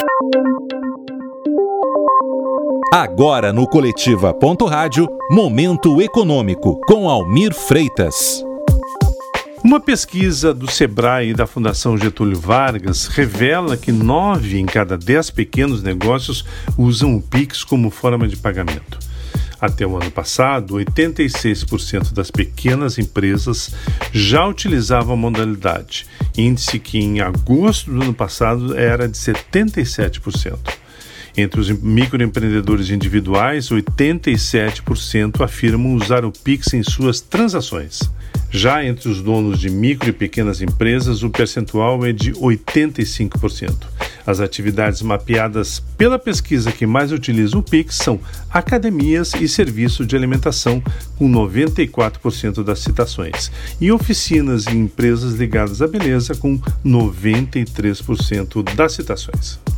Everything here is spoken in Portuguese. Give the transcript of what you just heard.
Agora no Coletiva.rádio, Momento Econômico, com Almir Freitas. Uma pesquisa do Sebrae e da Fundação Getúlio Vargas revela que 9 em cada 10 pequenos negócios usam o Pix como forma de pagamento. Até o ano passado, 86% das pequenas empresas já utilizavam a modalidade, índice que em agosto do ano passado era de 77%. Entre os microempreendedores individuais, 87% afirmam usar o Pix em suas transações. Já entre os donos de micro e pequenas empresas, o percentual é de 85%. As atividades mapeadas pela pesquisa que mais utilizam o Pix são academias e serviços de alimentação, com 94% das citações, e oficinas e empresas ligadas à beleza, com 93% das citações.